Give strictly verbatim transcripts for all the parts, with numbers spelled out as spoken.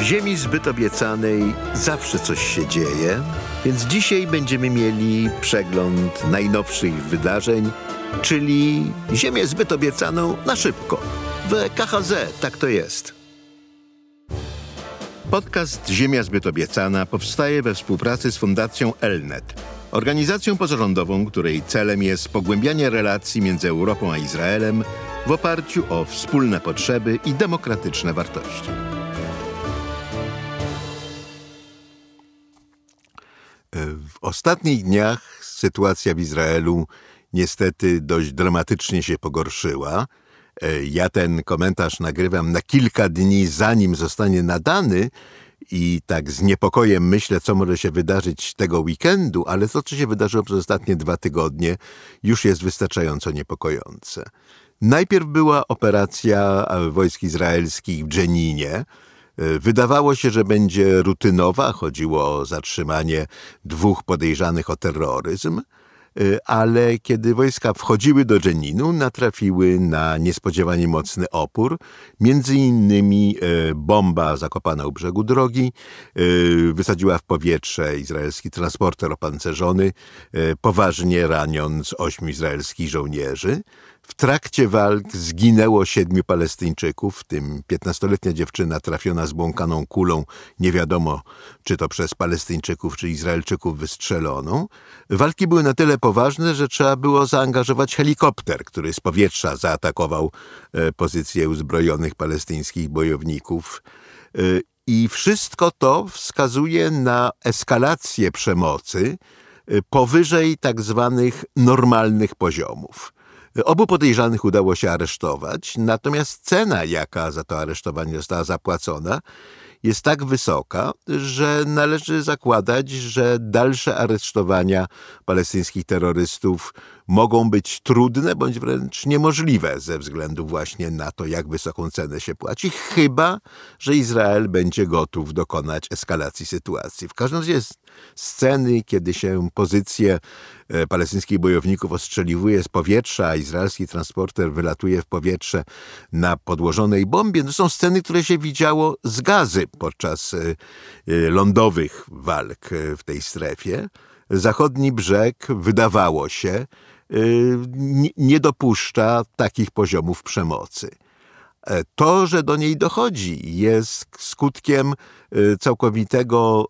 ziemi zbyt obiecanej zawsze coś się dzieje, więc dzisiaj będziemy mieli przegląd najnowszych wydarzeń, czyli ziemię zbyt obiecaną na szybko. W K H Z tak to jest. Podcast Ziemia zbyt obiecana powstaje we współpracy z Fundacją Elnet, organizacją pozarządową, której celem jest pogłębianie relacji między Europą a Izraelem w oparciu o wspólne potrzeby i demokratyczne wartości. W ostatnich dniach sytuacja w Izraelu niestety dość dramatycznie się pogorszyła. Ja ten komentarz nagrywam na kilka dni, zanim zostanie nadany i tak z niepokojem myślę, co może się wydarzyć tego weekendu, ale to, co się wydarzyło przez ostatnie dwa tygodnie, już jest wystarczająco niepokojące. Najpierw była operacja wojsk izraelskich w Dżeninie. Wydawało się, że będzie rutynowa, chodziło o zatrzymanie dwóch podejrzanych o terroryzm, ale kiedy wojska wchodziły do Dżeninu, natrafiły na niespodziewanie mocny opór. Między innymi bomba zakopana u brzegu drogi wysadziła w powietrze izraelski transporter opancerzony, poważnie raniąc ośmiu izraelskich żołnierzy. W trakcie walk zginęło siedmiu Palestyńczyków, w tym piętnastoletnia dziewczyna trafiona zbłąkaną kulą, nie wiadomo czy to przez Palestyńczyków, czy Izraelczyków wystrzeloną. Walki były na tyle poważne, że trzeba było zaangażować helikopter, który z powietrza zaatakował pozycje uzbrojonych palestyńskich bojowników. I wszystko to wskazuje na eskalację przemocy powyżej tak zwanych normalnych poziomów. Obu podejrzanych udało się aresztować, natomiast cena, jaka za to aresztowanie została zapłacona, jest tak wysoka, że należy zakładać, że dalsze aresztowania palestyńskich terrorystów mogą być trudne bądź wręcz niemożliwe ze względu właśnie na to, jak wysoką cenę się płaci, chyba że Izrael będzie gotów dokonać eskalacji sytuacji. W każdym razie sceny, kiedy się pozycje palestyńskich bojowników ostrzeliwuje z powietrza, a izraelski transporter wylatuje w powietrze na podłożonej bombie, to są sceny, które się widziało z Gazy podczas lądowych walk w tej strefie. Zachodni brzeg, wydawało się, nie dopuszcza takich poziomów przemocy. To, że do niej dochodzi, jest skutkiem całkowitego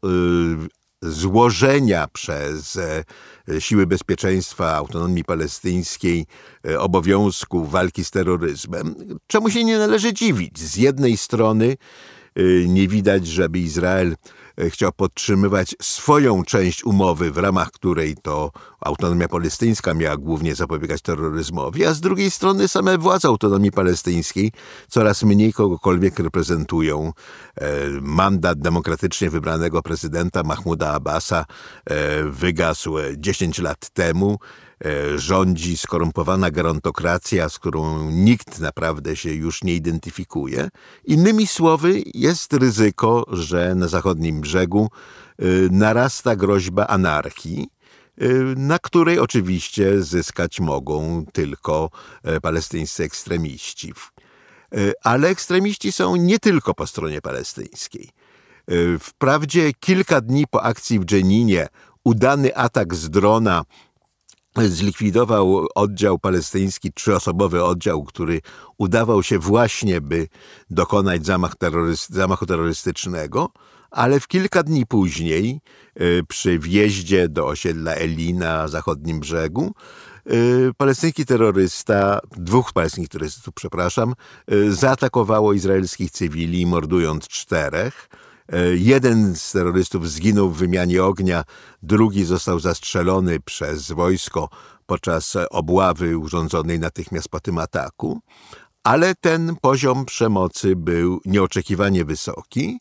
złożenia przez siły bezpieczeństwa autonomii palestyńskiej obowiązku walki z terroryzmem, czemu się nie należy dziwić. Z jednej strony nie widać, żeby Izrael chciał podtrzymywać swoją część umowy, w ramach której to autonomia palestyńska miała głównie zapobiegać terroryzmowi, a z drugiej strony same władze autonomii palestyńskiej coraz mniej kogokolwiek reprezentują. Mandat demokratycznie wybranego prezydenta Mahmuda Abbasa wygasł dziesięć lat temu. Rządzi skorumpowana gerontokracja, z którą nikt naprawdę się już nie identyfikuje. Innymi słowy, jest ryzyko, że na zachodnim brzegu narasta groźba anarchii, na której oczywiście zyskać mogą tylko palestyńscy ekstremiści. Ale ekstremiści są nie tylko po stronie palestyńskiej. Wprawdzie kilka dni po akcji w Dżeninie udany atak z drona zlikwidował oddział palestyński, trzyosobowy oddział, który udawał się właśnie, by dokonać zamach terroryst- zamachu terrorystycznego, ale w kilka dni później, przy wjeździe do osiedla Eli na zachodnim brzegu, palestyński terrorysta, dwóch palestyńskich terrorystów, przepraszam, zaatakowało izraelskich cywili, mordując czterech. Jeden z terrorystów zginął w wymianie ognia, drugi został zastrzelony przez wojsko podczas obławy urządzonej natychmiast po tym ataku, ale ten poziom przemocy był nieoczekiwanie wysoki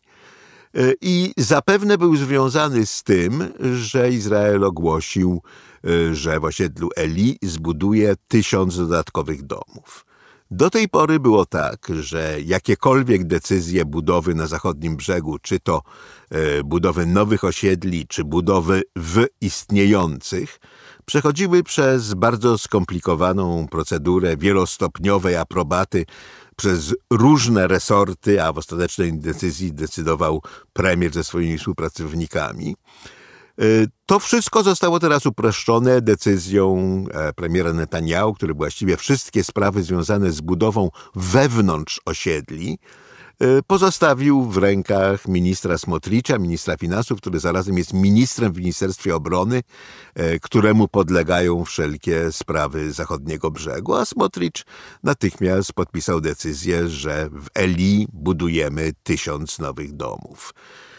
i zapewne był związany z tym, że Izrael ogłosił, że w osiedlu Eli zbuduje tysiąc dodatkowych domów. Do tej pory było tak, że jakiekolwiek decyzje budowy na zachodnim brzegu, czy to e, budowy nowych osiedli, czy budowy w istniejących, przechodziły przez bardzo skomplikowaną procedurę wielostopniowej aprobaty przez różne resorty, a w ostatecznej decyzji decydował premier ze swoimi współpracownikami. To wszystko zostało teraz uproszczone decyzją premiera Netanjahu, który właściwie wszystkie sprawy związane z budową wewnątrz osiedli pozostawił w rękach ministra Smotricza, ministra finansów, który zarazem jest ministrem w Ministerstwie Obrony, któremu podlegają wszelkie sprawy zachodniego brzegu, a Smotricz natychmiast podpisał decyzję, że w Eli budujemy tysiąc nowych domów.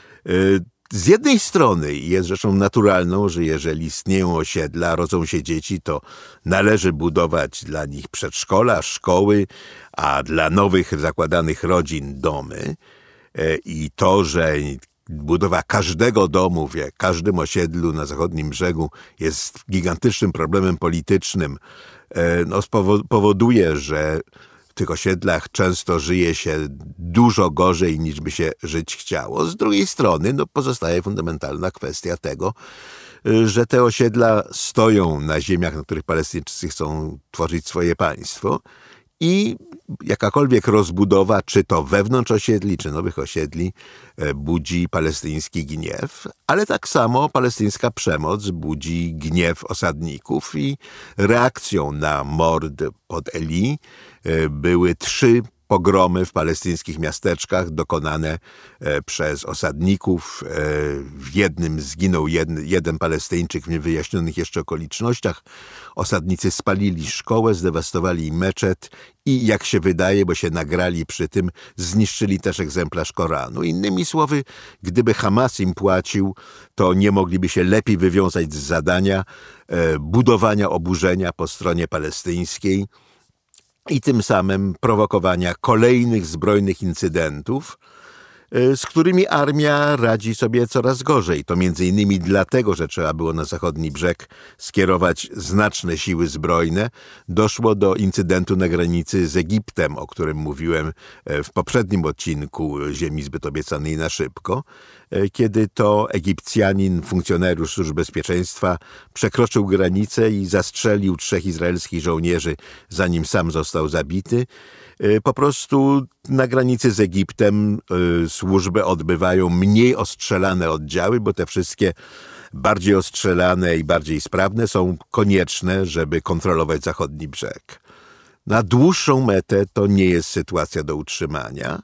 Z jednej strony jest rzeczą naturalną, że jeżeli istnieją osiedla, rodzą się dzieci, to należy budować dla nich przedszkola, szkoły, a dla nowych zakładanych rodzin domy. I to, że budowa każdego domu w każdym osiedlu na zachodnim brzegu jest gigantycznym problemem politycznym, no, powoduje, że w tych osiedlach często żyje się dużo gorzej, niż by się żyć chciało. Z drugiej strony no, pozostaje fundamentalna kwestia tego, że te osiedla stoją na ziemiach, na których Palestyńczycy chcą tworzyć swoje państwo i jakakolwiek rozbudowa, czy to wewnątrz osiedli, czy nowych osiedli, budzi palestyński gniew, ale tak samo palestyńska przemoc budzi gniew osadników i reakcją na mord pod Eli były trzy pogromy w palestyńskich miasteczkach dokonane przez osadników. W jednym zginął jeden, jeden Palestyńczyk w niewyjaśnionych jeszcze okolicznościach. Osadnicy spalili szkołę, zdewastowali meczet i jak się wydaje, bo się nagrali przy tym, zniszczyli też egzemplarz Koranu. Innymi słowy, gdyby Hamas im płacił, to nie mogliby się lepiej wywiązać z zadania budowania oburzenia po stronie palestyńskiej i tym samym prowokowania kolejnych zbrojnych incydentów, z którymi armia radzi sobie coraz gorzej. To między innymi dlatego, że trzeba było na zachodni brzeg skierować znaczne siły zbrojne. Doszło do incydentu na granicy z Egiptem, o którym mówiłem w poprzednim odcinku Ziemi zbyt obiecanej na szybko, kiedy to Egipcjanin, funkcjonariusz służb bezpieczeństwa, przekroczył granicę i zastrzelił trzech izraelskich żołnierzy, zanim sam został zabity. Po prostu na granicy z Egiptem służby odbywają mniej ostrzelane oddziały, bo te wszystkie bardziej ostrzelane i bardziej sprawne są konieczne, żeby kontrolować zachodni brzeg. Na dłuższą metę to nie jest sytuacja do utrzymania.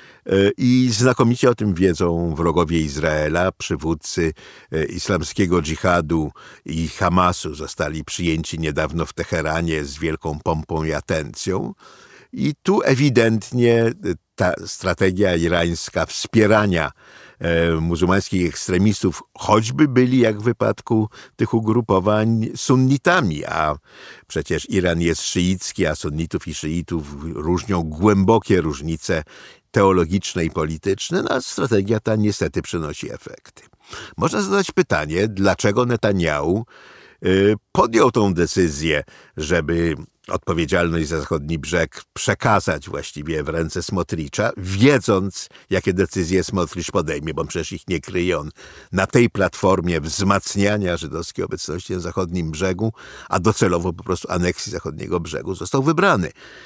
I znakomicie o tym wiedzą wrogowie Izraela, przywódcy islamskiego dżihadu i Hamasu zostali przyjęci niedawno w Teheranie z wielką pompą i atencją. I tu ewidentnie ta strategia irańska wspierania muzułmańskich ekstremistów, choćby byli, jak w wypadku tych ugrupowań, sunnitami, a przecież Iran jest szyicki, a sunnitów i szyitów różnią głębokie różnice teologiczne i polityczne, no a strategia ta niestety przynosi efekty. Można zadać pytanie, dlaczego Netanjahu podjął tą decyzję, żeby odpowiedzialność za zachodni brzeg przekazać właściwie w ręce Smotricza, wiedząc, jakie decyzje Smotricz podejmie, bo przecież ich nie kryje on na tej platformie wzmacniania żydowskiej obecności na zachodnim brzegu, a docelowo po prostu aneksji zachodniego brzegu został wybrany.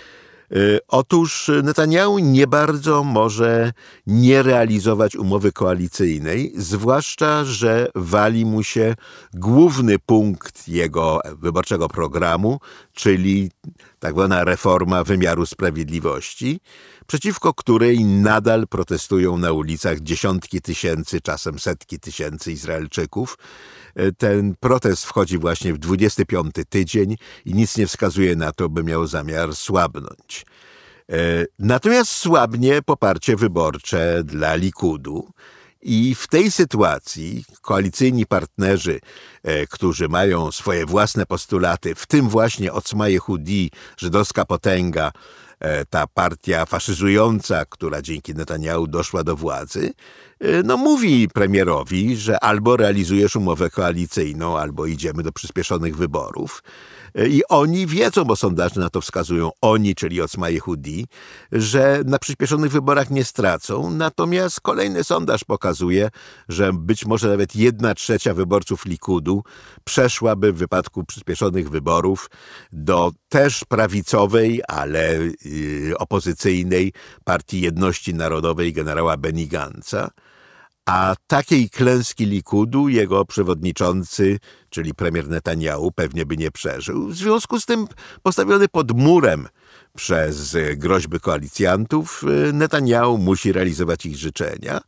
Otóż Netanjahu nie bardzo może nie realizować umowy koalicyjnej, zwłaszcza że wali mu się główny punkt jego wyborczego programu, czyli tak zwana reforma wymiaru sprawiedliwości, przeciwko której nadal protestują na ulicach dziesiątki tysięcy, czasem setki tysięcy Izraelczyków. Ten protest wchodzi właśnie w dwudziesty piąty tydzień i nic nie wskazuje na to, by miał zamiar słabnąć. Natomiast słabnie poparcie wyborcze dla Likudu. I w tej sytuacji koalicyjni partnerzy, którzy mają swoje własne postulaty, w tym właśnie Otzma Yehudi, żydowska potęga, ta partia faszyzująca, która dzięki Netanjahu doszła do władzy, no mówi premierowi, że albo realizujesz umowę koalicyjną, albo idziemy do przyspieszonych wyborów. I oni wiedzą, bo sondaże na to wskazują, oni, czyli Otzma Yehudi, że na przyspieszonych wyborach nie stracą. Natomiast kolejny sondaż pokazuje, że być może nawet jedna trzecia wyborców Likudu przeszłaby w wypadku przyspieszonych wyborów do też prawicowej, ale yy, opozycyjnej Partii Jedności Narodowej generała Beni Gantza. A takiej klęski Likudu jego przewodniczący, czyli premier Netanyahu, pewnie by nie przeżył. W związku z tym postawiony pod murem przez groźby koalicjantów, Netanyahu musi realizować ich życzenia.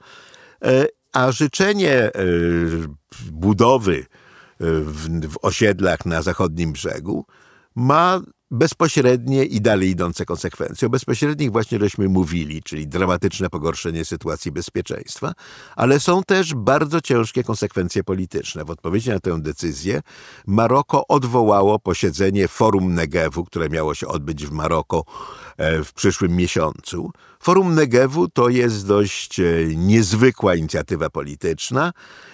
A życzenie budowy w, w osiedlach na zachodnim brzegu ma bezpośrednie i dalej idące konsekwencje. O bezpośrednich właśnie żeśmy mówili, czyli dramatyczne pogorszenie sytuacji bezpieczeństwa, ale są też bardzo ciężkie konsekwencje polityczne. W odpowiedzi na tę decyzję Maroko odwołało posiedzenie Forum Negevu, które miało się odbyć w Maroko w przyszłym miesiącu. Forum Negevu to jest dość niezwykła inicjatywa polityczna.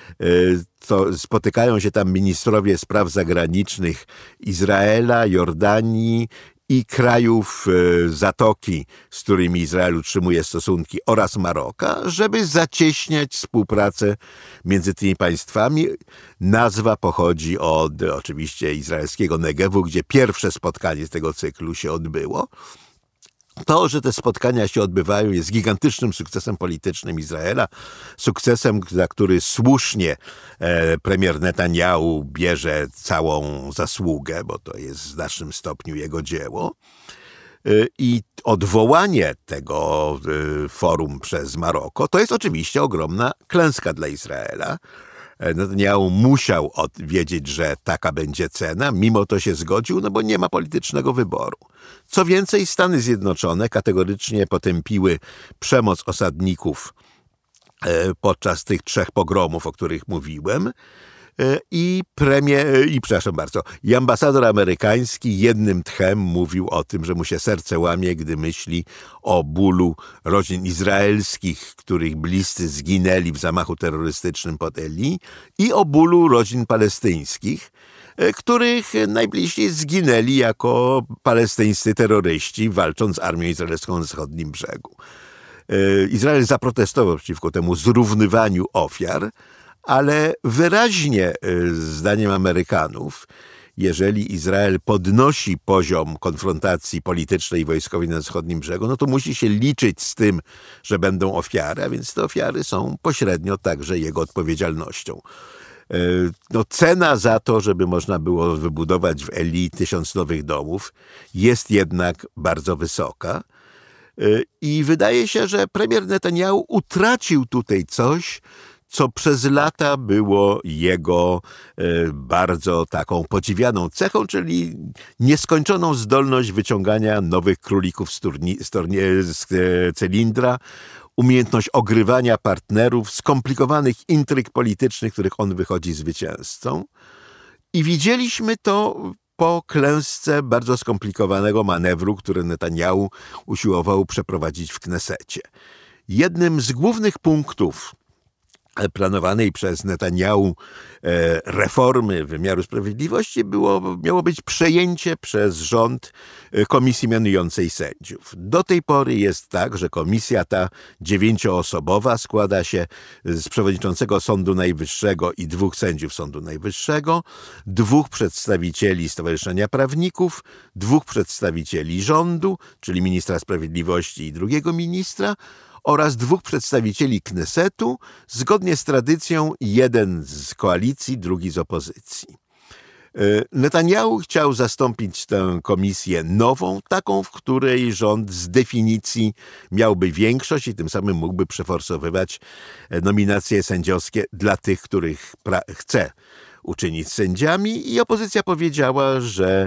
To spotykają się tam ministrowie spraw zagranicznych Izraela, Jordanii i krajów Zatoki, z którymi Izrael utrzymuje stosunki, oraz Maroka, żeby zacieśniać współpracę między tymi państwami. Nazwa pochodzi od oczywiście izraelskiego Negevu, gdzie pierwsze spotkanie z tego cyklu się odbyło. To, że te spotkania się odbywają, jest gigantycznym sukcesem politycznym Izraela, sukcesem, za który słusznie e, premier Netanyahu bierze całą zasługę, bo to jest w znacznym stopniu jego dzieło. E, I odwołanie tego e, forum przez Maroko to jest oczywiście ogromna klęska dla Izraela. Netanyahu musiał wiedzieć, że taka będzie cena, mimo to się zgodził, no bo nie ma politycznego wyboru. Co więcej, Stany Zjednoczone kategorycznie potępiły przemoc osadników podczas tych trzech pogromów, o których mówiłem. I premier, i przepraszam bardzo, i ambasador amerykański jednym tchem mówił o tym, że mu się serce łamie, gdy myśli o bólu rodzin izraelskich, których bliscy zginęli w zamachu terrorystycznym pod Eli, i o bólu rodzin palestyńskich, których najbliżsi zginęli jako palestyńscy terroryści, walcząc z armią izraelską na zachodnim brzegu. Izrael zaprotestował przeciwko temu zrównywaniu ofiar, ale wyraźnie, zdaniem Amerykanów, jeżeli Izrael podnosi poziom konfrontacji politycznej i wojskowej na wschodnim brzegu, no to musi się liczyć z tym, że będą ofiary, a więc te ofiary są pośrednio także jego odpowiedzialnością. No, cena za to, żeby można było wybudować w Eli tysiąc nowych domów, jest jednak bardzo wysoka. I wydaje się, że premier Netanyahu utracił tutaj coś, co przez lata było jego bardzo taką podziwianą cechą, czyli nieskończoną zdolność wyciągania nowych królików z, turni, z, turni, z cylindra, umiejętność ogrywania partnerów, skomplikowanych intryg politycznych, których on wychodzi zwycięzcą. I widzieliśmy to po klęsce bardzo skomplikowanego manewru, który Netanyahu usiłował przeprowadzić w Knesecie. Jednym z głównych punktów planowanej przez Netanyahu reformy wymiaru sprawiedliwości było, miało być przejęcie przez rząd komisji mianującej sędziów. Do tej pory jest tak, że komisja ta dziewięcioosobowa składa się z przewodniczącego Sądu Najwyższego i dwóch sędziów Sądu Najwyższego, dwóch przedstawicieli Stowarzyszenia Prawników, dwóch przedstawicieli rządu, czyli ministra sprawiedliwości i drugiego ministra, oraz dwóch przedstawicieli Knesetu, zgodnie z tradycją jeden z koalicji, drugi z opozycji. Netanyahu chciał zastąpić tę komisję nową, taką, w której rząd z definicji miałby większość i tym samym mógłby przeforsowywać nominacje sędziowskie dla tych, których chce uczynić sędziami, i opozycja powiedziała, że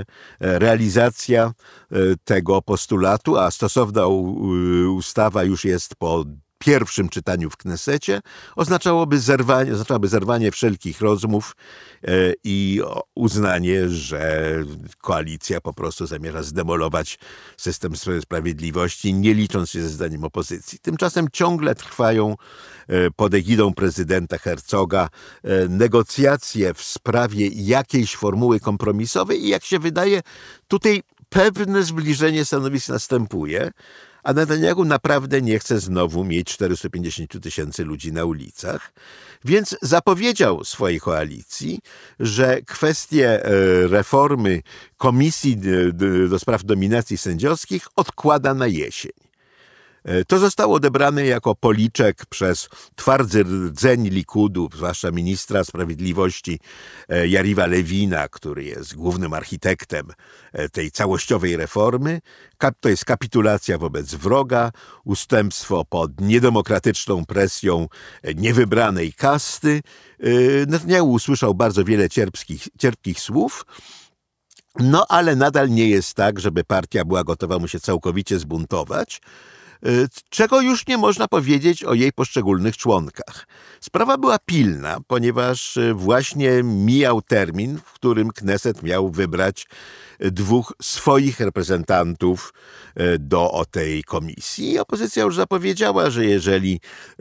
realizacja tego postulatu, a stosowna ustawa już jest po pierwszym czytaniu w Knesecie oznaczałoby zerwanie, oznaczałoby zerwanie wszelkich rozmów i uznanie, że koalicja po prostu zamierza zdemolować system sprawiedliwości, nie licząc się ze zdaniem opozycji. Tymczasem ciągle trwają pod egidą prezydenta Herzoga negocjacje w sprawie jakiejś formuły kompromisowej i jak się wydaje, tutaj pewne zbliżenie stanowisk następuje, a Netanjahu naprawdę nie chce znowu mieć czterystu pięćdziesięciu tysięcy ludzi na ulicach, więc zapowiedział swojej koalicji, że kwestie reformy Komisji do Spraw Dominacji Sędziowskich odkłada na jesień. To zostało odebrane jako policzek przez twardzy rdzeń Likudu, zwłaszcza ministra sprawiedliwości Jariva Lewina, który jest głównym architektem tej całościowej reformy. To jest kapitulacja wobec wroga, ustępstwo pod niedemokratyczną presją niewybranej kasty. Netanjahu usłyszał bardzo wiele cierpkich, cierpkich słów, no ale nadal nie jest tak, żeby partia była gotowa mu się całkowicie zbuntować, czego już nie można powiedzieć o jej poszczególnych członkach. Sprawa była pilna, ponieważ właśnie mijał termin, w którym Kneset miał wybrać dwóch swoich reprezentantów do tej komisji. Opozycja już zapowiedziała, że jeżeli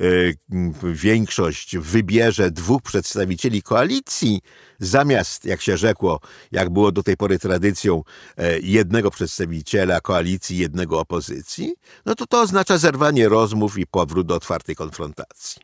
większość wybierze dwóch przedstawicieli koalicji, zamiast, jak się rzekło, jak było do tej pory tradycją, jednego przedstawiciela koalicji, jednego opozycji, no to to oznacza zerwanie rozmów i powrót do otwartej konfrontacji.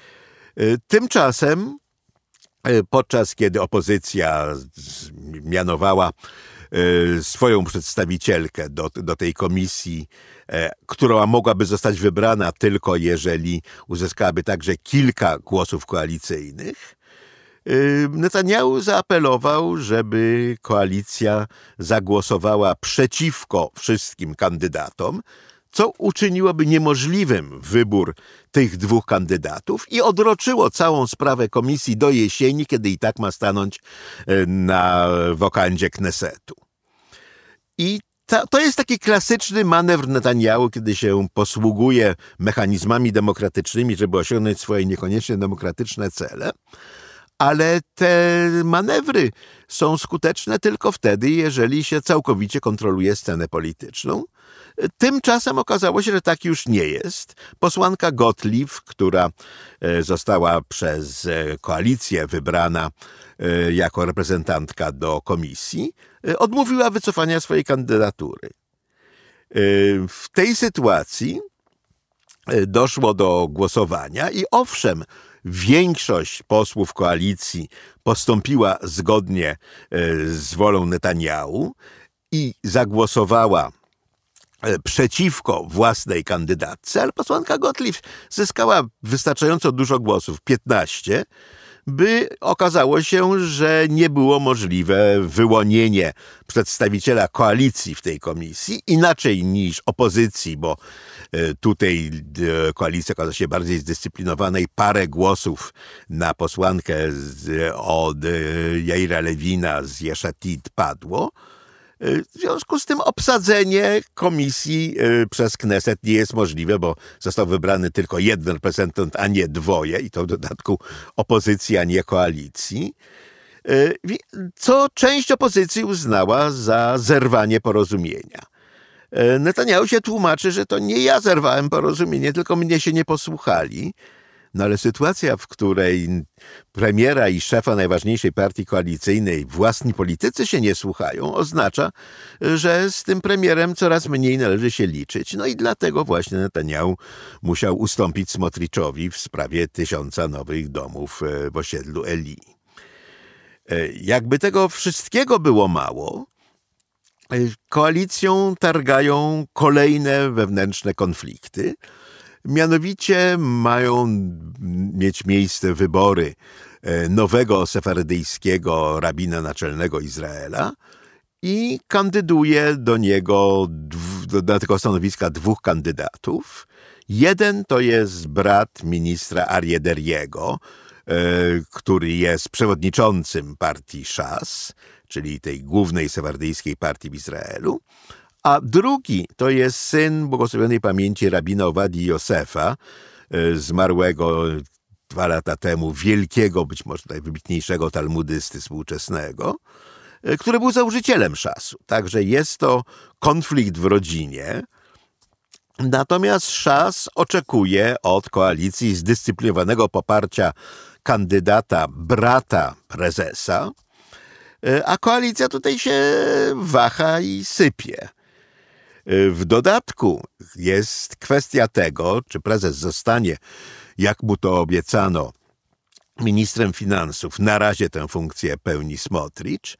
Tymczasem, podczas kiedy opozycja mianowała swoją przedstawicielkę do, do tej komisji, która mogłaby zostać wybrana tylko jeżeli uzyskałaby także kilka głosów koalicyjnych, Netanjahu zaapelował, żeby koalicja zagłosowała przeciwko wszystkim kandydatom, co uczyniłoby niemożliwym wybór tych dwóch kandydatów i odroczyło całą sprawę komisji do jesieni, kiedy i tak ma stanąć na wokandzie Knesetu. I to, to jest taki klasyczny manewr Netanjahu, kiedy się posługuje mechanizmami demokratycznymi, żeby osiągnąć swoje niekoniecznie demokratyczne cele. Ale te manewry są skuteczne tylko wtedy, jeżeli się całkowicie kontroluje scenę polityczną. Tymczasem okazało się, że tak już nie jest. Posłanka Gottlieb, która została przez koalicję wybrana jako reprezentantka do komisji, odmówiła wycofania swojej kandydatury. W tej sytuacji doszło do głosowania i owszem, większość posłów koalicji postąpiła zgodnie z wolą Netanjahu i zagłosowała przeciwko własnej kandydatce, ale posłanka Gottlieb zyskała wystarczająco dużo głosów, piętnaście, by okazało się, że nie było możliwe wyłonienie przedstawiciela koalicji w tej komisji, inaczej niż opozycji, bo tutaj koalicja okazała się bardziej zdyscyplinowana i parę głosów na posłankę z, od Jaira Lewina z Yesh Atid padło. W związku z tym obsadzenie komisji przez Kneset nie jest możliwe, bo został wybrany tylko jeden reprezentant, a nie dwoje i to w dodatku opozycji, a nie koalicji. Co część opozycji uznała za zerwanie porozumienia. Netanjahu się tłumaczy, że to nie ja zerwałem porozumienie, tylko mnie się nie posłuchali. No ale sytuacja, w której premiera i szefa najważniejszej partii koalicyjnej własni politycy się nie słuchają, oznacza, że z tym premierem coraz mniej należy się liczyć. No i dlatego właśnie Netanjahu musiał ustąpić Smotriczowi w sprawie tysiąca nowych domów w osiedlu Eli. Jakby tego wszystkiego było mało, koalicją targają kolejne wewnętrzne konflikty. Mianowicie mają mieć miejsce wybory nowego sefarydyjskiego rabina naczelnego Izraela i kandyduje do niego, do tego stanowiska dwóch kandydatów. Jeden to jest brat ministra Arie Deriego, który jest przewodniczącym partii Szas, czyli tej głównej sefarydyjskiej partii w Izraelu. A drugi to jest syn błogosławionej pamięci rabina Owadii Josefa, zmarłego dwa lata temu wielkiego, być może najwybitniejszego talmudysty współczesnego, który był założycielem szasu. Także jest to konflikt w rodzinie. Natomiast szas oczekuje od koalicji zdyscyplinowanego poparcia kandydata brata prezesa, a koalicja tutaj się waha i sypie. W dodatku jest kwestia tego, czy prezes zostanie, jak mu to obiecano, ministrem finansów. Na razie tę funkcję pełni Smotrich.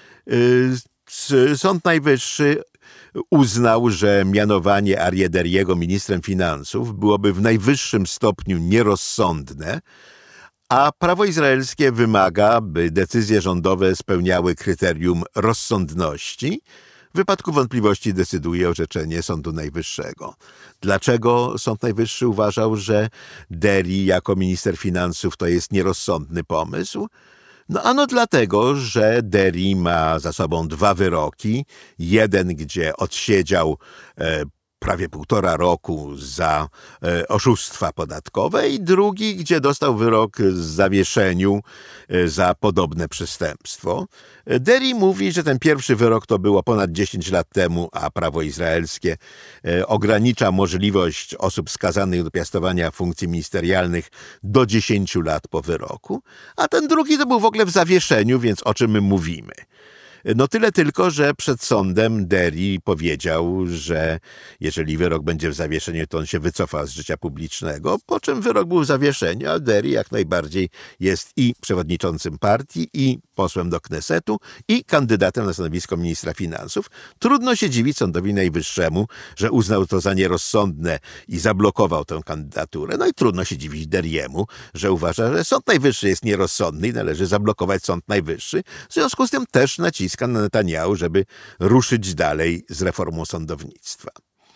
Sąd Najwyższy uznał, że mianowanie Aryeh Deriego ministrem finansów byłoby w najwyższym stopniu nierozsądne, a prawo izraelskie wymaga, by decyzje rządowe spełniały kryterium rozsądności. W wypadku wątpliwości decyduje orzeczenie Sądu Najwyższego. Dlaczego Sąd Najwyższy uważał, że Deri jako minister finansów to jest nierozsądny pomysł? No ano dlatego, że Deri ma za sobą dwa wyroki. Jeden, gdzie odsiedział e, prawie półtora roku za e, oszustwa podatkowe i drugi, gdzie dostał wyrok z zawieszeniu e, za podobne przestępstwo. Deri mówi, że ten pierwszy wyrok to było ponad dziesięć lat temu, a prawo izraelskie e, ogranicza możliwość osób skazanych do piastowania funkcji ministerialnych do dziesięciu lat po wyroku, a ten drugi to był w ogóle w zawieszeniu, więc o czym my mówimy? No tyle tylko, że przed sądem Deri powiedział, że jeżeli wyrok będzie w zawieszeniu, to on się wycofa z życia publicznego, po czym wyrok był w zawieszeniu, a Deri jak najbardziej jest i przewodniczącym partii, i posłem do Knesetu, i kandydatem na stanowisko ministra finansów. Trudno się dziwić Sądowi Najwyższemu, że uznał to za nierozsądne i zablokował tę kandydaturę. No i trudno się dziwić Deriemu, że uważa, że Sąd Najwyższy jest nierozsądny i należy zablokować Sąd Najwyższy. W związku z tym też naciska na Netanjahu, żeby ruszyć dalej z reformą sądownictwa.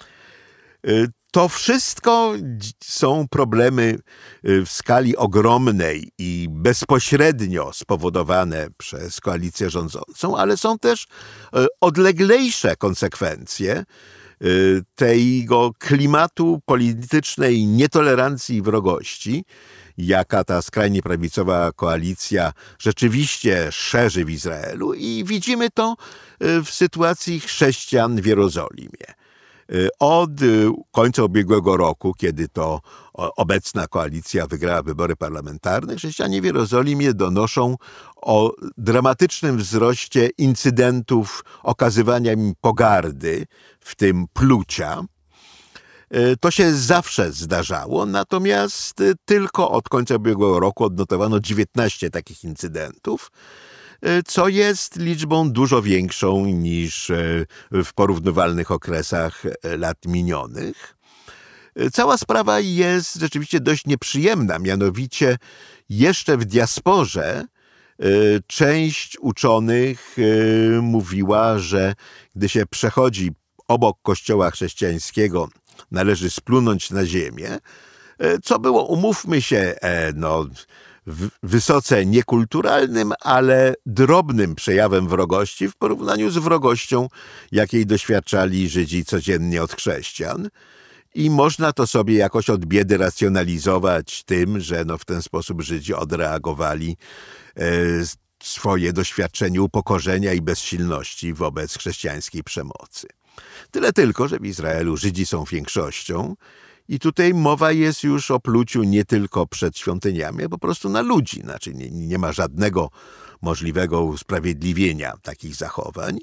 To wszystko są problemy w skali ogromnej i bezpośrednio spowodowane przez koalicję rządzącą, ale są też odleglejsze konsekwencje tego klimatu politycznej nietolerancji i wrogości, jaka ta skrajnie prawicowa koalicja rzeczywiście szerzy w Izraelu i widzimy to w sytuacji chrześcijan w Jerozolimie. Od końca ubiegłego roku, kiedy to obecna koalicja wygrała wybory parlamentarne, chrześcijanie w Jerozolimie donoszą o dramatycznym wzroście incydentów okazywania im pogardy, w tym plucia. To się zawsze zdarzało, natomiast tylko od końca ubiegłego roku odnotowano dziewiętnaście takich incydentów, co jest liczbą dużo większą niż w porównywalnych okresach lat minionych. Cała sprawa jest rzeczywiście dość nieprzyjemna, mianowicie jeszcze w diasporze część uczonych mówiła, że gdy się przechodzi obok kościoła chrześcijańskiego, należy splunąć na ziemię, co było, umówmy się, no, wysoce niekulturalnym, ale drobnym przejawem wrogości w porównaniu z wrogością, jakiej doświadczali Żydzi codziennie od chrześcijan. I można to sobie jakoś od biedy racjonalizować tym, że no w ten sposób Żydzi odreagowali e, swoje doświadczenie upokorzenia i bezsilności wobec chrześcijańskiej przemocy. Tyle tylko, że w Izraelu Żydzi są większością i tutaj mowa jest już o pluciu nie tylko przed świątyniami, a po prostu na ludzi. Znaczy nie, nie ma żadnego możliwego usprawiedliwienia takich zachowań.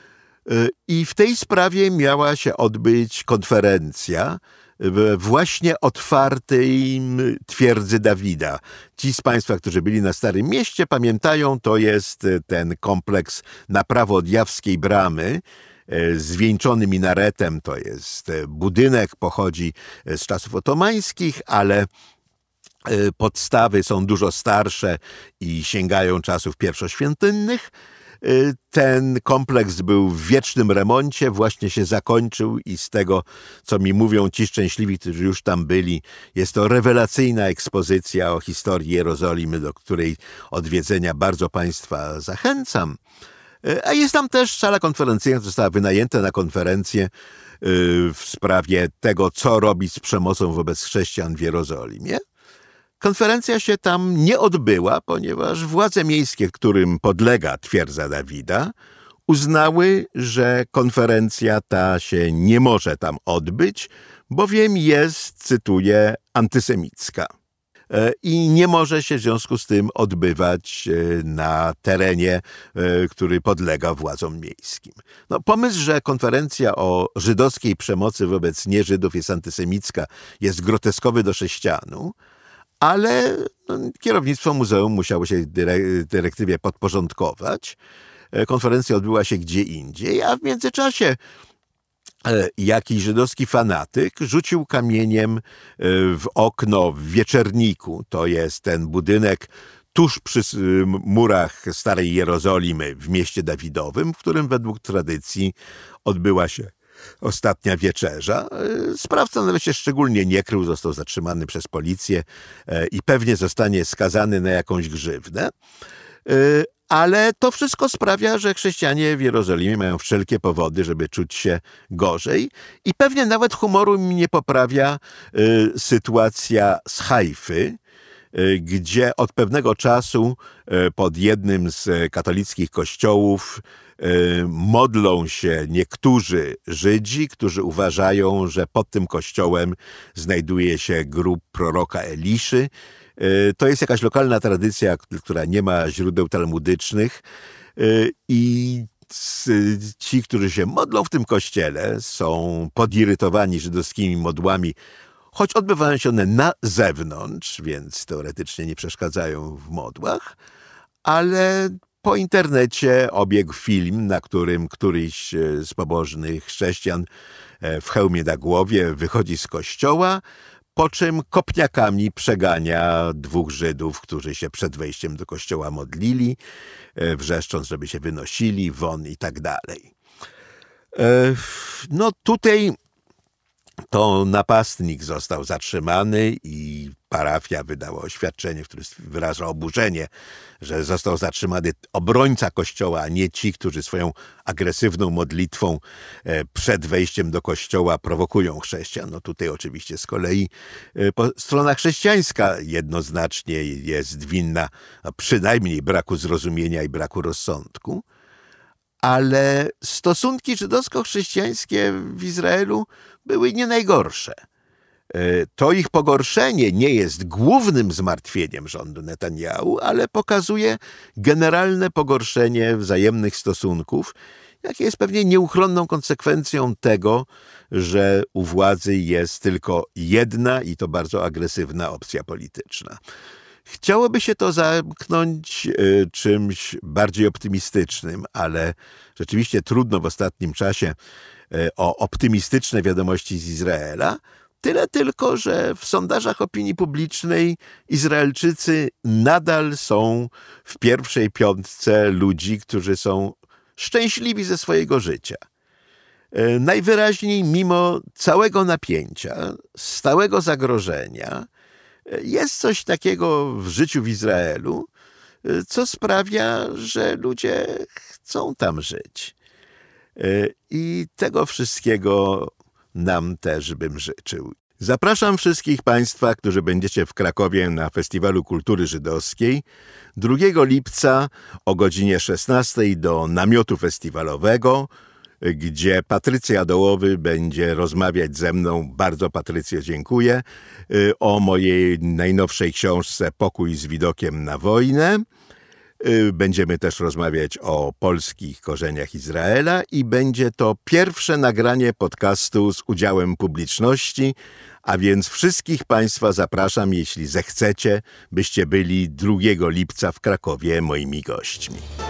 I w tej sprawie miała się odbyć konferencja w właśnie otwartej twierdzy Dawida. Ci z Państwa, którzy byli na Starym Mieście, pamiętają, to jest ten kompleks na prawo od Jawskiej Bramy, zwieńczony minaretem. To jest budynek, pochodzi z czasów otomańskich, ale podstawy są dużo starsze i sięgają czasów pierwszoświątynnych. Ten kompleks był w wiecznym remoncie, właśnie się zakończył i z tego, co mi mówią ci szczęśliwi, którzy już tam byli, jest to rewelacyjna ekspozycja o historii Jerozolimy, do której odwiedzenia bardzo Państwa zachęcam. A jest tam też sala konferencyjna, która została wynajęta na konferencję w sprawie tego, co robić z przemocą wobec chrześcijan w Jerozolimie. Konferencja się tam nie odbyła, ponieważ władze miejskie, którym podlega twierdza Dawida, uznały, że konferencja ta się nie może tam odbyć, bowiem jest, cytuję, antysemicka. I nie może się w związku z tym odbywać na terenie, który podlega władzom miejskim. No, pomysł, że konferencja o żydowskiej przemocy wobec nieżydów jest antysemicka, jest groteskowy do sześcianu, ale no, kierownictwo muzeum musiało się dyrektywie podporządkować. Konferencja odbyła się gdzie indziej, a w międzyczasie jakiś żydowski fanatyk rzucił kamieniem w okno w Wieczerniku. To jest ten budynek tuż przy murach Starej Jerozolimy w mieście Dawidowym, w którym według tradycji odbyła się ostatnia wieczerza. Sprawca nawet się szczególnie nie krył, został zatrzymany przez policję i pewnie zostanie skazany na jakąś grzywnę. Ale to wszystko sprawia, że chrześcijanie w Jerozolimie mają wszelkie powody, żeby czuć się gorzej i pewnie nawet humoru im nie poprawia y, sytuacja z Hajfy, y, gdzie od pewnego czasu y, pod jednym z katolickich kościołów y, modlą się niektórzy Żydzi, którzy uważają, że pod tym kościołem znajduje się grób proroka Eliszy. To jest jakaś lokalna tradycja, która nie ma źródeł talmudycznych i ci, którzy się modlą w tym kościele, są podirytowani żydowskimi modłami, choć odbywają się one na zewnątrz, więc teoretycznie nie przeszkadzają w modłach, ale po internecie obiegł film, na którym któryś z pobożnych chrześcijan w hełmie na głowie wychodzi z kościoła, po czym kopniakami przegania dwóch Żydów, którzy się przed wejściem do kościoła modlili, wrzeszcząc, żeby się wynosili won i tak dalej. No tutaj to napastnik został zatrzymany i parafia wydała oświadczenie, w którym wyraża oburzenie, że został zatrzymany obrońca kościoła, a nie ci, którzy swoją agresywną modlitwą przed wejściem do kościoła prowokują chrześcijan. No tutaj oczywiście z kolei strona chrześcijańska jednoznacznie jest winna przynajmniej braku zrozumienia i braku rozsądku. Ale stosunki żydowsko-chrześcijańskie w Izraelu były nie najgorsze. To ich pogorszenie nie jest głównym zmartwieniem rządu Netanjahu, ale pokazuje generalne pogorszenie wzajemnych stosunków, jakie jest pewnie nieuchronną konsekwencją tego, że u władzy jest tylko jedna i to bardzo agresywna opcja polityczna. Chciałoby się to zamknąć y, czymś bardziej optymistycznym, ale rzeczywiście trudno w ostatnim czasie y, o optymistyczne wiadomości z Izraela. Tyle tylko, że w sondażach opinii publicznej Izraelczycy nadal są w pierwszej piątce ludzi, którzy są szczęśliwi ze swojego życia. Y, najwyraźniej mimo całego napięcia, stałego zagrożenia, jest coś takiego w życiu w Izraelu, co sprawia, że ludzie chcą tam żyć. I tego wszystkiego nam też bym życzył. Zapraszam wszystkich Państwa, którzy będziecie w Krakowie na Festiwalu Kultury Żydowskiej drugiego lipca o godzinie szesnastej do namiotu festiwalowego, gdzie Patrycja Dołowy będzie rozmawiać ze mną, bardzo Patrycjo dziękuję, o mojej najnowszej książce Pokój z widokiem na wojnę. Będziemy też rozmawiać o polskich korzeniach Izraela i będzie to pierwsze nagranie podcastu z udziałem publiczności, a więc wszystkich Państwa zapraszam, jeśli zechcecie, byście byli drugiego lipca w Krakowie moimi gośćmi.